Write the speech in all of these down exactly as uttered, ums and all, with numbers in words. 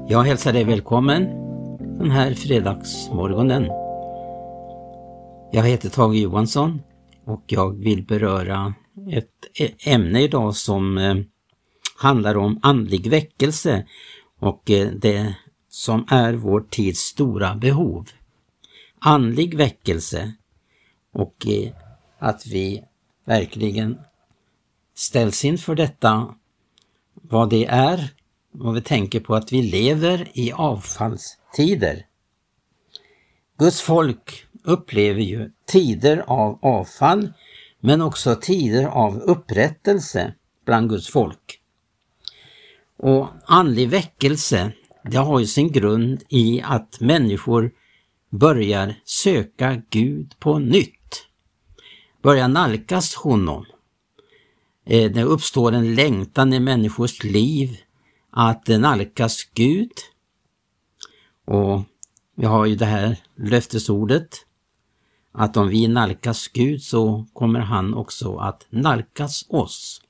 Jag hälsar dig välkommen den här fredagsmorgonen. Jag heter Tage Johansson och jag vill beröra ett ämne idag som eh, handlar om andlig väckelse och eh, det som är vår tids stora behov. Andlig väckelse och eh, att vi verkligen ställs inför detta, vad det är, och vi tänker på att vi lever i avfallstider. Guds folk upplever ju tider av avfall men också tider av upprättelse bland Guds folk. Och andlig väckelse, det har ju sin grund i att människor börjar söka Gud på nytt. Börjar nalkas honom. Det uppstår en längtan i människors liv att nalkas Gud. Och vi har ju det här löftesordet att om vi nalkas Gud så kommer han också att nalkas oss.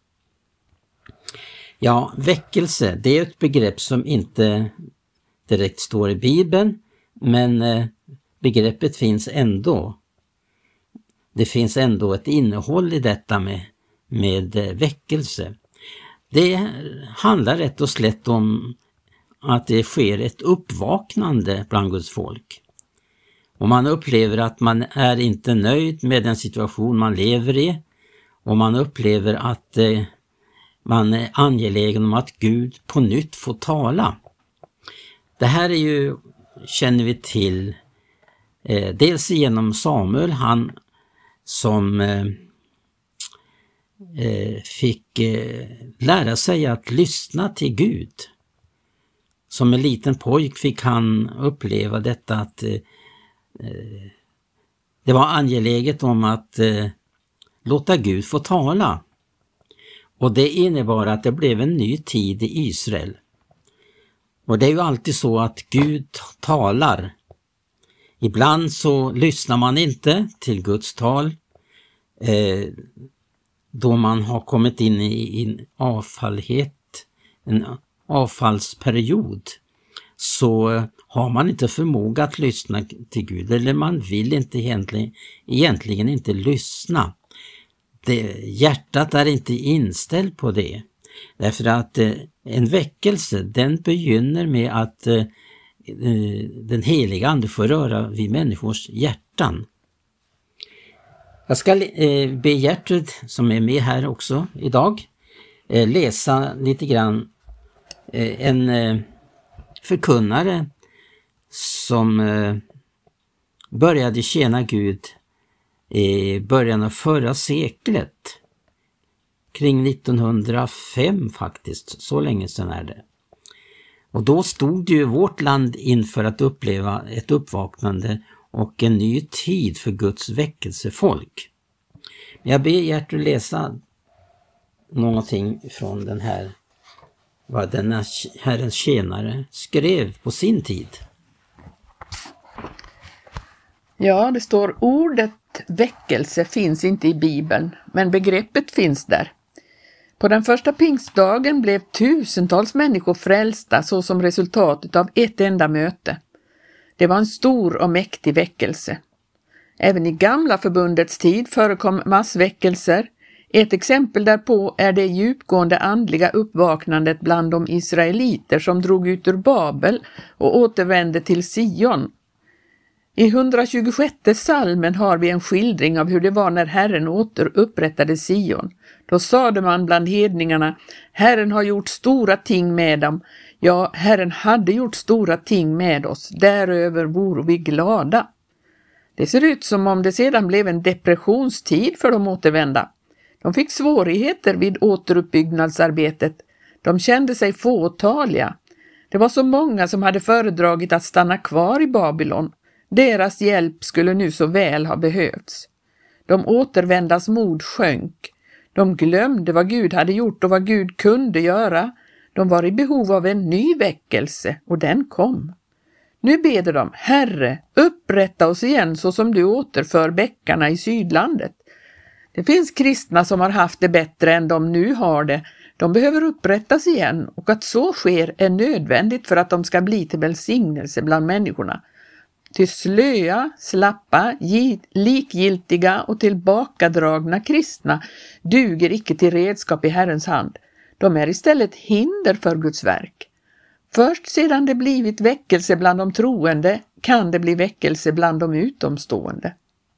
Ja, väckelse, det är ett begrepp som inte direkt står i Bibeln, men begreppet finns ändå. Det finns ändå ett innehåll i detta med, med väckelse. Det handlar rätt och slätt om att det sker ett uppvaknande bland Guds folk. Och man upplever att man är inte nöjd med den situation man lever i. Och man upplever att eh, man är angelägen om att Gud på nytt får tala. Det här är ju, känner vi till, eh, dels genom Samuel, han som eh, fick eh, lära sig att lyssna till Gud. Som en liten pojk fick han uppleva detta att eh, det var angeläget om att eh, låta Gud få tala. Och det innebar att det blev en ny tid i Israel. Och det är ju alltid så att Gud talar. Ibland så lyssnar man inte till Guds tal. Eh, då man har kommit in i en avfallhet, en avfallsperiod, så har man inte förmåga att lyssna till Gud, eller man vill inte egentligen, egentligen inte lyssna. Det, hjärtat är inte inställt på det. Därför att eh, en väckelse, den begynner med att eh, den heliga ande får röra vid människors hjärtan. Jag ska eh, be Gertrud, som är med här också idag, eh, läsa lite grann eh, en eh, förkunnare som eh, började tjäna Gud i början av förra seklet. Kring nittonhundrafem faktiskt, så länge sedan är det. Och då stod ju vårt land inför att uppleva ett uppvaknande och en ny tid för Guds väckelsefolk. Jag ber Gertrud läsa någonting från den här, vad denna Herrens tjänare skrev på sin tid. Ja, det står ordet väckelse finns inte i Bibeln, men begreppet finns där. På den första pingstdagen blev tusentals människor frälsta så som resultatet av ett enda möte. Det var en stor och mäktig väckelse. Även i gamla förbundets tid förekom massväckelser. Ett exempel därpå är det djupgående andliga uppvaknandet bland de israeliter som drog ut ur Babel och återvände till Sion. I hundratjugosjätte salmen har vi en skildring av hur det var när Herren återupprättade Sion. Då sade man bland hedningarna, Herren har gjort stora ting med dem. Ja, Herren hade gjort stora ting med oss. Däröver vore vi glada. Det ser ut som om det sedan blev en depressionstid för de återvända. De fick svårigheter vid återuppbyggnadsarbetet. De kände sig fåtaliga. Det var så många som hade föredragit att stanna kvar i Babylon. Deras hjälp skulle nu så väl ha behövts. De återvändas mod sjönk. De glömde vad Gud hade gjort och vad Gud kunde göra. De var i behov av en ny väckelse och den kom. Nu beder de, Herre, upprätta oss igen så som du återför bäckarna i sydlandet. Det finns kristna som har haft det bättre än de nu har det. De behöver upprättas igen och att så sker är nödvändigt för att de ska bli till välsignelse bland människorna. Till slöa, slappa, likgiltiga och tillbakadragna kristna duger icke till redskap i Herrens hand. De är istället hinder för Guds verk. Först sedan det blivit väckelse bland de troende kan det bli väckelse bland de utomstående.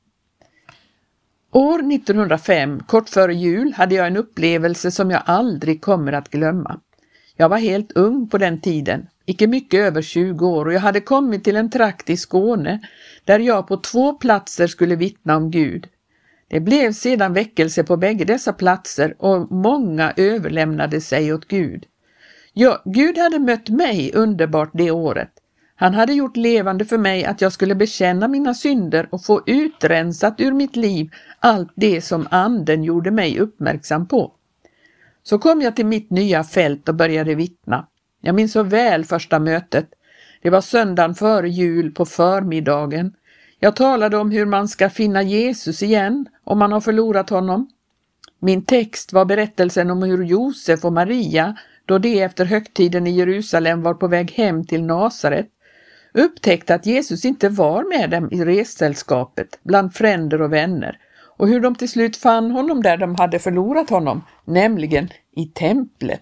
År nittonhundrafem, kort före jul, hade jag en upplevelse som jag aldrig kommer att glömma. Jag var helt ung på den tiden, icke mycket över tjugo år, och jag hade kommit till en trakt i Skåne där jag på två platser skulle vittna om Gud. Det blev sedan väckelse på bägge dessa platser och många överlämnade sig åt Gud. Ja, Gud hade mött mig underbart det året. Han hade gjort levande för mig att jag skulle bekänna mina synder och få utrensat ur mitt liv allt det som anden gjorde mig uppmärksam på. Så kom jag till mitt nya fält och började vittna. Jag minns så väl första mötet. Det var söndagen före jul på förmiddagen. Jag talade om hur man ska finna Jesus igen om man har förlorat honom. Min text var berättelsen om hur Josef och Maria, då de efter högtiden i Jerusalem var på väg hem till Nasaret, upptäckte att Jesus inte var med dem i ressällskapet bland fränder och vänner, och hur de till slut fann honom där de hade förlorat honom, nämligen i templet.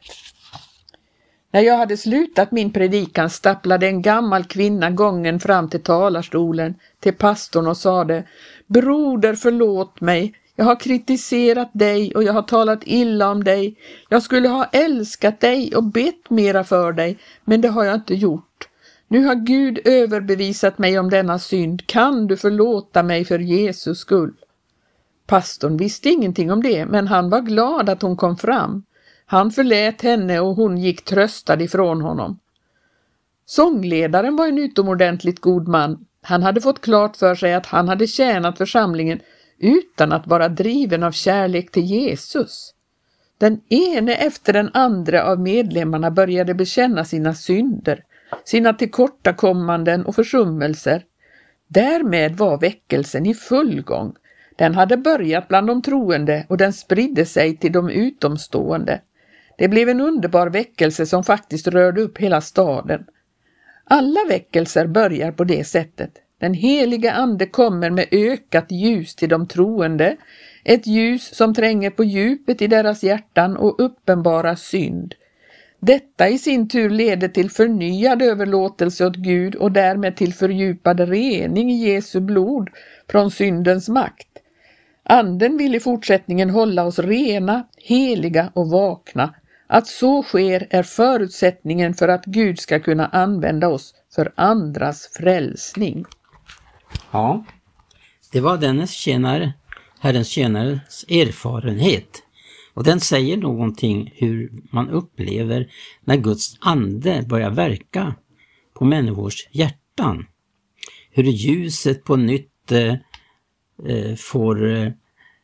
När jag hade slutat min predikan stapplade en gammal kvinna gången fram till talarstolen till pastorn och sade: "Broder, förlåt mig. Jag har kritiserat dig och jag har talat illa om dig. Jag skulle ha älskat dig och bett mera för dig, men det har jag inte gjort. Nu har Gud överbevisat mig om denna synd. Kan du förlåta mig för Jesus skull?" Pastorn visste ingenting om det, men han var glad att hon kom fram. Han förlät henne och hon gick tröstad ifrån honom. Sångledaren var en utomordentligt god man. Han hade fått klart för sig att han hade tjänat församlingen utan att vara driven av kärlek till Jesus. Den ene efter den andra av medlemmarna började bekänna sina synder, sina tillkortakommanden och försummelser. Därmed var väckelsen i full gång. Den hade börjat bland de troende och den spridde sig till de utomstående. Det blev en underbar väckelse som faktiskt rörde upp hela staden. Alla väckelser börjar på det sättet. Den heliga ande kommer med ökat ljus till de troende, ett ljus som tränger på djupet i deras hjärtan och uppenbarar synd. Detta i sin tur leder till förnyad överlåtelse åt Gud och därmed till fördjupad rening i Jesu blod från syndens makt. Anden vill i fortsättningen hålla oss rena, heliga och vakna. Att så sker är förutsättningen för att Gud ska kunna använda oss för andras frälsning. Ja, det var dennes tjänare, Herrens tjänares erfarenhet. Och den säger någonting hur man upplever när Guds ande börjar verka på människors hjärtan. Hur ljuset på nytt eh, får eh,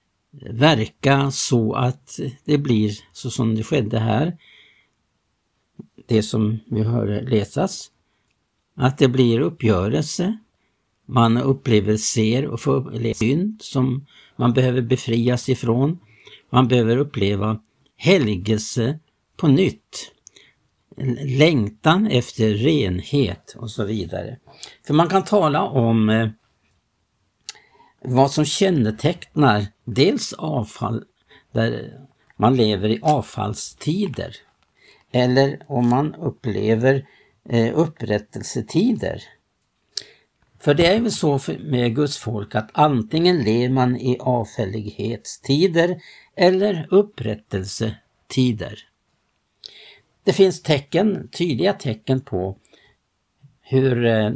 verka så att det blir så som det skedde här. Det som vi hör läsas. Att det blir uppgörelse. Man upplever ser och får synd som man behöver befrias ifrån. Man behöver uppleva helgelse på nytt. Längtan efter renhet och så vidare. För man kan tala om eh, vad som kännetecknar dels avfall, där man lever i avfallstider. Eller om man upplever eh, upprättelsetider. För det är väl så med Guds folk att antingen lever man i avfällighetstider eller upprättelsetider. Det finns tecken, tydliga tecken på hur eh,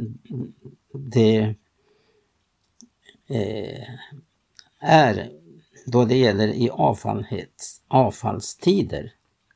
det eh, är då det gäller i avfallstider.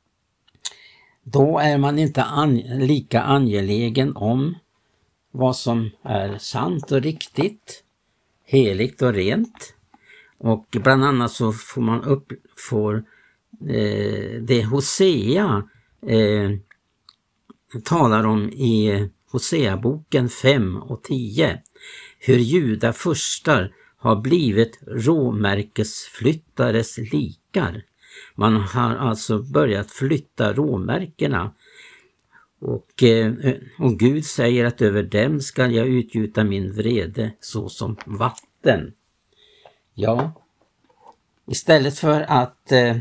Då är man inte an, lika angelägen om vad som är sant och riktigt, heligt och rent. Och bland annat så får man upp, får eh, det Hosea eh, talar om i Hosea-boken fem och tio. Hur juda furstar har blivit råmärkesflyttares likar. Man har alltså börjat flytta råmärkena. Och, och Gud säger att över dem ska jag utgjuta min vrede så som vatten. Ja, istället för att eh,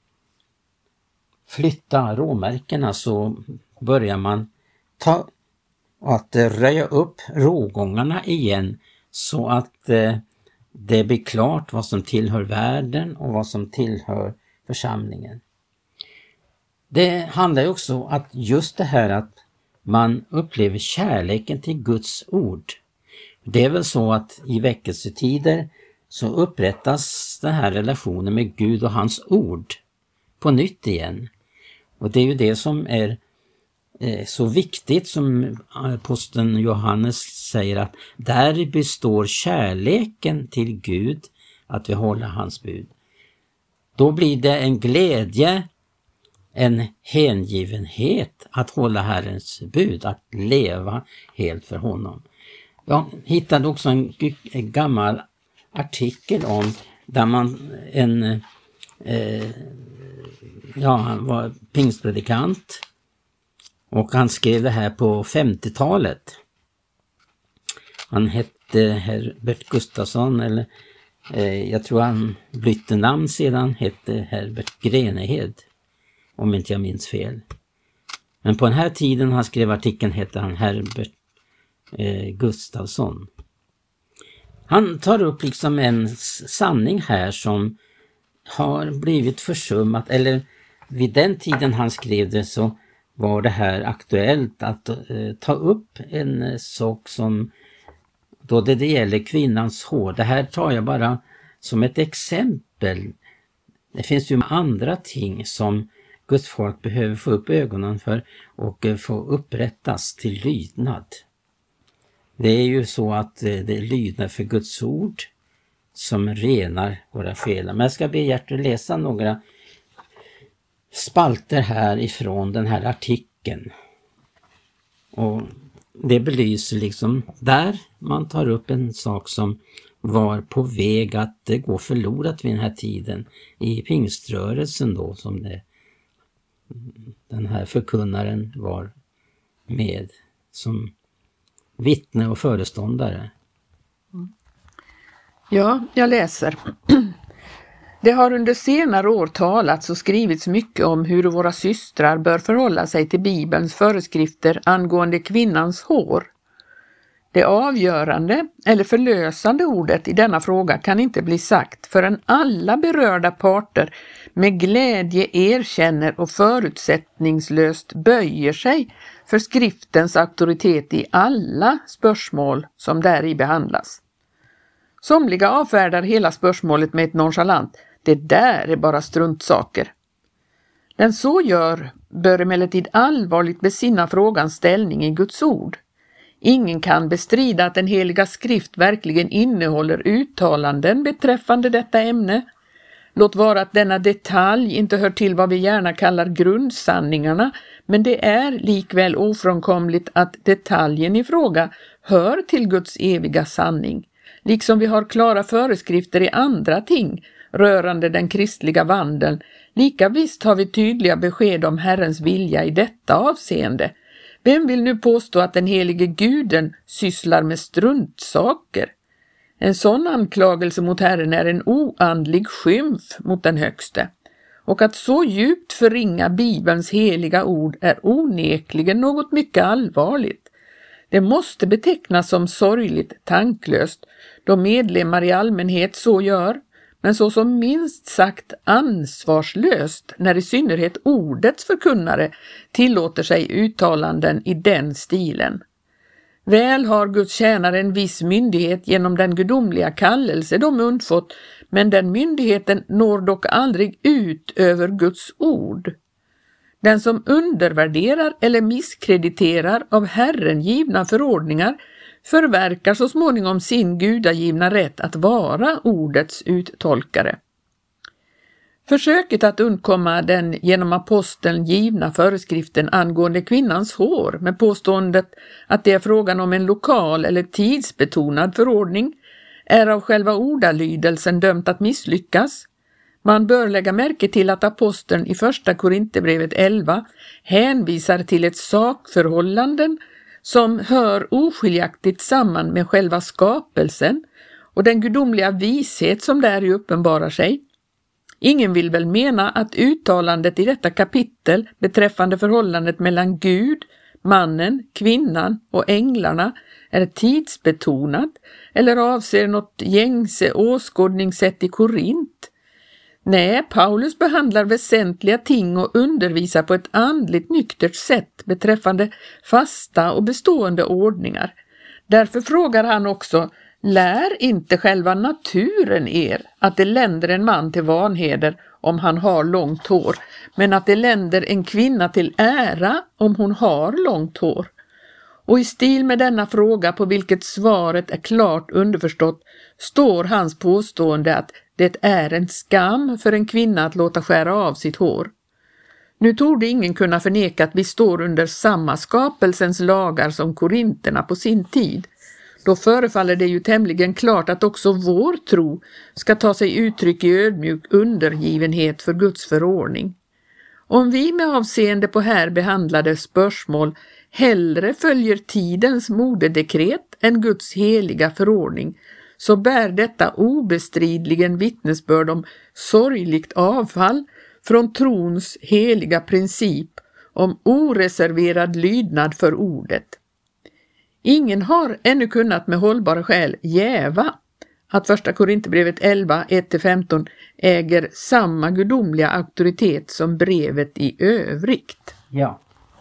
flytta råmärkena så börjar man ta att eh, röja upp rågångarna igen så att eh, det blir klart vad som tillhör världen och vad som tillhör församlingen. Det handlar ju också om att just det här att man upplever kärleken till Guds ord. Det är väl så att i väckelsetider så upprättas den här relationen med Gud och hans ord på nytt igen. Och det är ju det som är eh, så viktigt, som aposteln Johannes säger, att där består kärleken till Gud, att vi håller hans bud. Då blir det en glädje, en hängivenhet att hålla Herrens bud, att leva helt för honom. Jag hittade också en, en gammal artikel om där man en eh, ja, han var pingstpredikant och han skrev det här på femtiotalet. Han hette Herbert Gustafsson, eller eh, jag tror han bytte namn sedan, hette Herbert Grenehed, om inte jag minns fel. Men på den här tiden han skrev artikeln hette han Herbert eh, Gustafsson. Han tar upp liksom en sanning här som har blivit försummat, eller vid den tiden han skrev det så var det här aktuellt att eh, ta upp en eh, sak som då det, det gäller kvinnans hår. Det här tar jag bara som ett exempel. Det finns ju andra ting som Guds folk behöver få upp ögonen för och eh, få upprättas till lydnad. Det är ju så att eh, det är lydnad för Guds ord som renar våra själar. Men jag ska be Gertrud läsa några spalter här ifrån den här artikeln. Och det belyser liksom där man tar upp en sak som var på väg att gå förlorat vid den här tiden i pingströrelsen då, som det, den här förkunnaren var med som vittne och föreståndare. Ja, jag läser. Det har under senare år talats och skrivits mycket om hur våra systrar bör förhålla sig till Bibelns föreskrifter angående kvinnans hår. Det avgörande eller förlösande ordet i denna fråga kan inte bli sagt förrän alla berörda parter med glädje erkänner och förutsättningslöst böjer sig för skriftens auktoritet i alla spörsmål som där i behandlas. Somliga avfärdar hela spörsmålet med ett nonchalant "det där är bara struntsaker". Den så gör bör emellertid allvarligt besinna frågans ställning i Guds ord. Ingen kan bestrida att den heliga skrift verkligen innehåller uttalanden beträffande detta ämne. Låt vara att denna detalj inte hör till vad vi gärna kallar grundsanningarna, men det är likväl ofrånkomligt att detaljen i fråga hör till Guds eviga sanning. Liksom vi har klara föreskrifter i andra ting rörande den kristliga vandeln, lika visst har vi tydliga besked om Herrens vilja i detta avseende. Vem vill nu påstå att den helige guden sysslar med struntsaker? En sån anklagelse mot Herren är en oandlig skymf mot den högste. Och att så djupt förringa Bibelns heliga ord är onekligen något mycket allvarligt. Det måste betecknas som sorgligt tanklöst då medlemmar i allmänhet så gör, men så som minst sagt ansvarslöst när i synnerhet ordets förkunnare tillåter sig uttalanden i den stilen. Väl har Guds tjänare en viss myndighet genom den gudomliga kallelse de undfått, men den myndigheten når dock aldrig ut över Guds ord. Den som undervärderar eller misskrediterar av Herren givna förordningar förverkar så småningom sin gudagivna rätt att vara ordets uttolkare. Försöket att undkomma den genom aposteln givna föreskriften angående kvinnans hår med påståendet att det är frågan om en lokal eller tidsbetonad förordning är av själva ordalydelsen dömt att misslyckas. Man bör lägga märke till att aposteln i första Korinthierbrevet elva hänvisar till ett sakförhållanden som hör oskiljaktigt samman med själva skapelsen och den gudomliga vishet som där uppenbarar sig. Ingen vill väl mena att uttalandet i detta kapitel beträffande förhållandet mellan Gud, mannen, kvinnan och änglarna är tidsbetonat eller avser något gängse åskådningssätt i Korint. Nej, Paulus behandlar väsentliga ting och undervisar på ett andligt nyktert sätt beträffande fasta och bestående ordningar. Därför frågar han också: lär inte själva naturen er att det länder en man till vanheder om han har långt hår, men att det länder en kvinna till ära om hon har långt hår? Och i stil med denna fråga, på vilket svaret är klart underförstått, står hans påstående att det är en skam för en kvinna att låta skära av sitt hår. Nu torde ingen kunna förneka att vi står under samma skapelsens lagar som korinterna på sin tid. Då förefaller det ju tämligen klart att också vår tro ska ta sig uttryck i ödmjuk undergivenhet för Guds förordning. Om vi med avseende på här behandlade spörsmål hellre följer tidens modedekret än Guds heliga förordning, så bär detta obestridligen vittnesbörd om sorgligt avfall från trons heliga princip om oreserverad lydnad för ordet. Ingen har ännu kunnat med hållbara skäl jäva att första Korinthierbrevet elva, ett till femton äger samma gudomliga auktoritet som brevet i övrigt. Ja.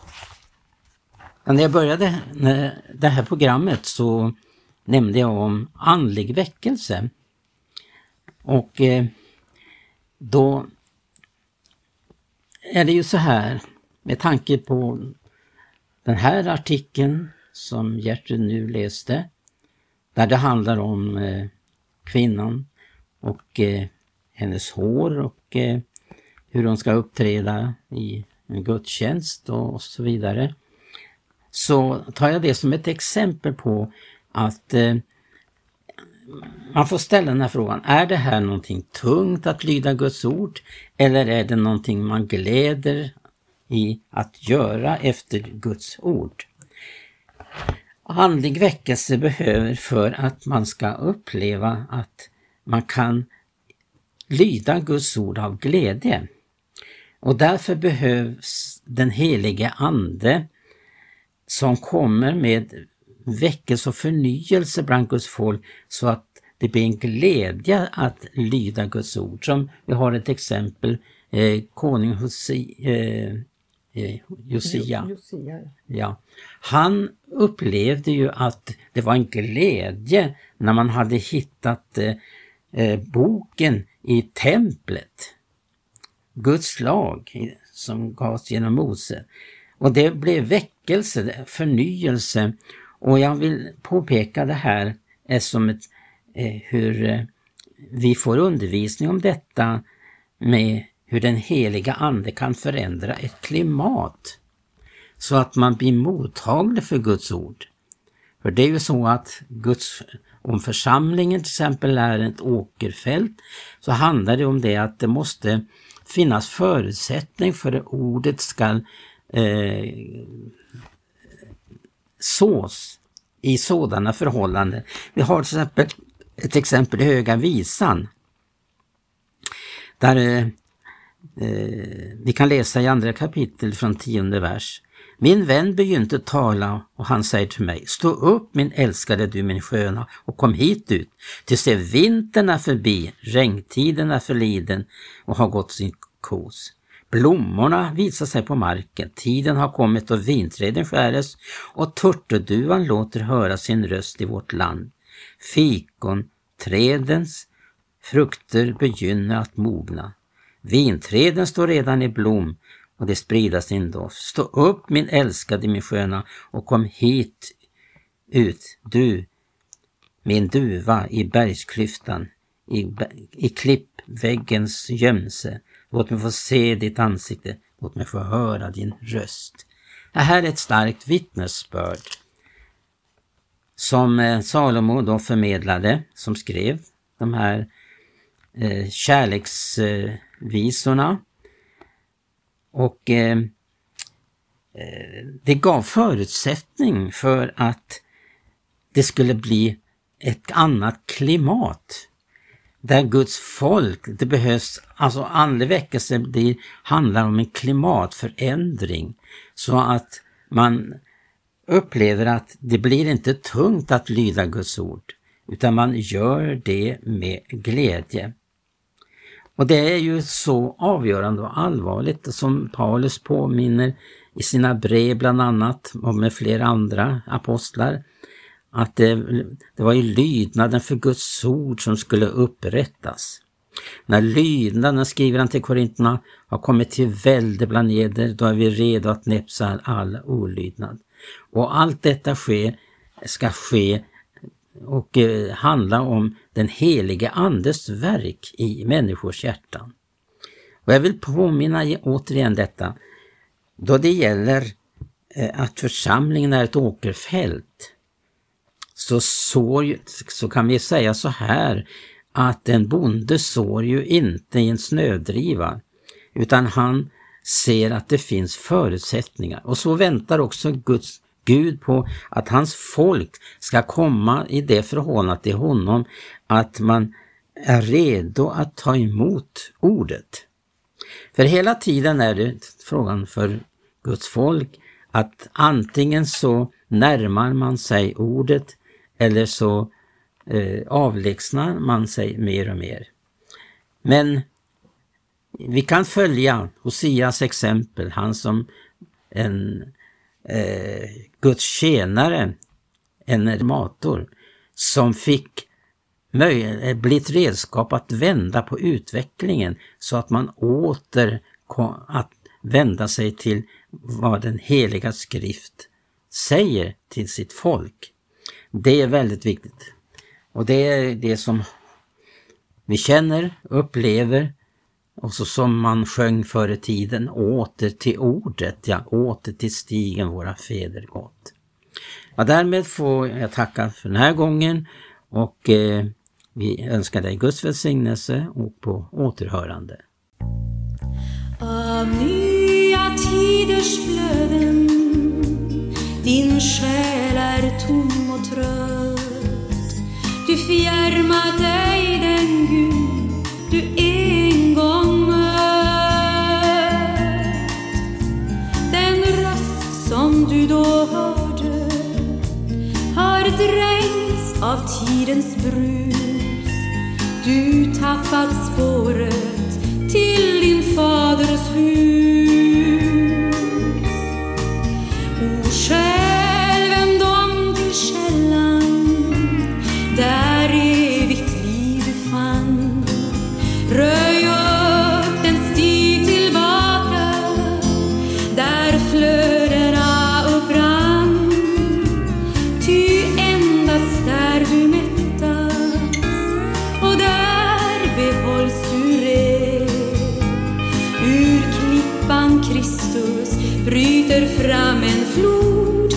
När jag började det här programmet så nämnde jag om andlig väckelse. Och då är det ju så här, med tanke på den här artikeln som Gertrud nu läste, där det handlar om eh, kvinnan och eh, hennes hår och eh, hur hon ska uppträda i en gudstjänst och, och så vidare, så tar jag det som ett exempel på att eh, man får ställa den här frågan: är det här någonting tungt att lyda Guds ord, eller är det någonting man gläder i att göra efter Guds ord? Andlig väckelse behöver, för att man ska uppleva att man kan lyda Guds ord av glädje. Och därför behövs den helige ande som kommer med väckelse och förnyelse bland Guds folk, så att det blir en glädje att lyda Guds ord. Som vi har ett exempel, eh, konung Hosi, eh, eh, Josia. Josia. Ja. Han upplevde ju att det var en glädje när man hade hittat eh, boken i templet. Guds lag som gavs genom Mose. Och det blev väckelse, förnyelse. Och jag vill påpeka det här är som ett, eh, hur eh, vi får undervisning om detta med hur den heliga ande kan förändra ett klimat så att man blir mottaglig för Guds ord. För det är ju så att Guds, om församlingen till exempel är ett åkerfält, så handlar det om det att det måste finnas förutsättning för att ordet ska eh, sås i sådana förhållanden. Vi har till exempel ett exempel i Höga visan, där eh, vi kan läsa i andra kapitel från tionde vers. Min vän begynte tala och han säger till mig: stå upp min älskade, du min sköna, och kom hit ut, till se vintern är förbi, regntiden är förliden och har gått sin kos. Blommorna visar sig på marken, tiden har kommit och vinträden skäres och turturduvan låter höra sin röst i vårt land. Fikon, trädens frukter begynner att mogna. Vinträden står redan i blom och det sprider sin doft. Stå upp min älskade, min sköna, och kom hit ut, du min duva i bergsklyftan, i, i klippväggens gömse. Låt mig få se ditt ansikte, låt mig få höra din röst. Det här är ett starkt vittnesbörd som Salomo då förmedlade, som skrev de här eh, kärleksvisorna. Eh, och eh, det gav förutsättning för att det skulle bli ett annat klimat. Där Guds folk, det behövs, alltså andlig väckelse blir, handlar om en klimatförändring. Så att man upplever att det blir inte tungt att lyda Guds ord, utan man gör det med glädje. Och det är ju så avgörande och allvarligt som Paulus påminner i sina brev bland annat och med flera andra apostlar, att det, det var ju lydnaden för Guds ord som skulle upprättas. När lydnaden, skriver han till korinterna, har kommit till välde bland eder, då är vi redo att näpsa all olydnad. Och allt detta ske, ska ske och eh, handla om den helige andes verk i människors hjärtan. Och jag vill påminna återigen detta, då det gäller eh, att församlingen är ett åkerfält, så, sår, så kan vi säga så här, att en bonde sår ju inte i en snödriva, utan han ser att det finns förutsättningar. Och så väntar också Guds Gud på att hans folk ska komma i det förhållandet till honom, att man är redo att ta emot ordet. För hela tiden är det frågan för Guds folk att antingen så närmar man sig ordet eller så eh, avlägsnar man sig mer och mer. Men vi kan följa Hosias exempel, han som en eh, Guds tjänare, en reformator, som fick möj- bli ett redskap att vända på utvecklingen så att man åter kom att vända sig till vad den heliga skrift säger till sitt folk. Det är väldigt viktigt. Och det är det som vi känner, upplever, och så som man sjöng förr i tiden, åter till ordet, ja, åter till stigen våra fäder gått. Ja, därmed får jag tacka för den här gången och eh, vi önskar dig Guds välsignelse och på återhörande. Av nya tiders flöden din själ är tom och trött. Du fjärmar dig den Gud du en gång mött. Den röst som du då hörde har dränkts av tidens brus. Du tappat spåret till din faders hus. O själ, vänd om till källan där evigt liv du fann. Röj upp den stig tillbaka där flödena upprann. Ty endast där du mättas och där behålls du red. Ur klippan Kristus bryter fram en flod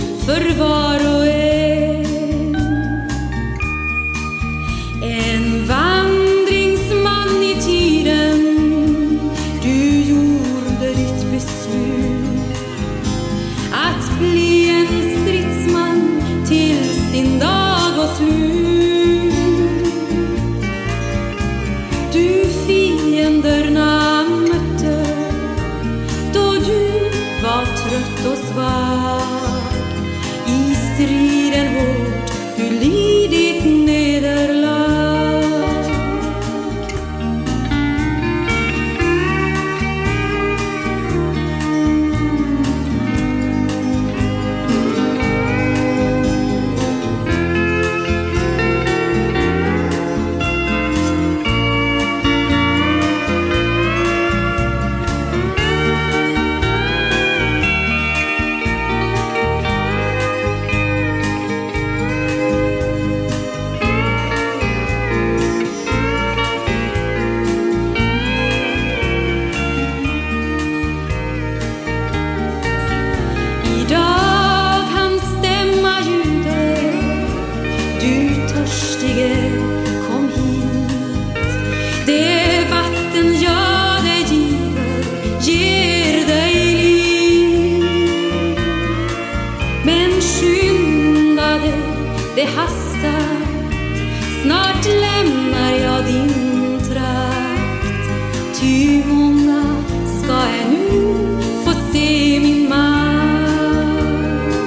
Men skynda dig, det hastar, snart lämnar jag din trakt. Ty många ska ännu få se min makt.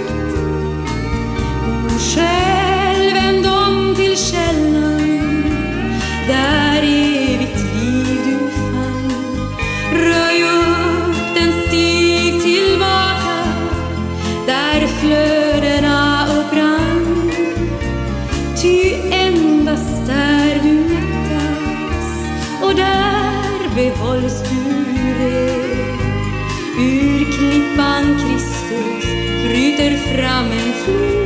Och själv vänd om till källan, där evigt liv du fann. Röj upp den stig tillbaka, där flödena upprann. Ty endast där du mättas, och där behålls du red. Ur klippan Kristus bryter fram en flod.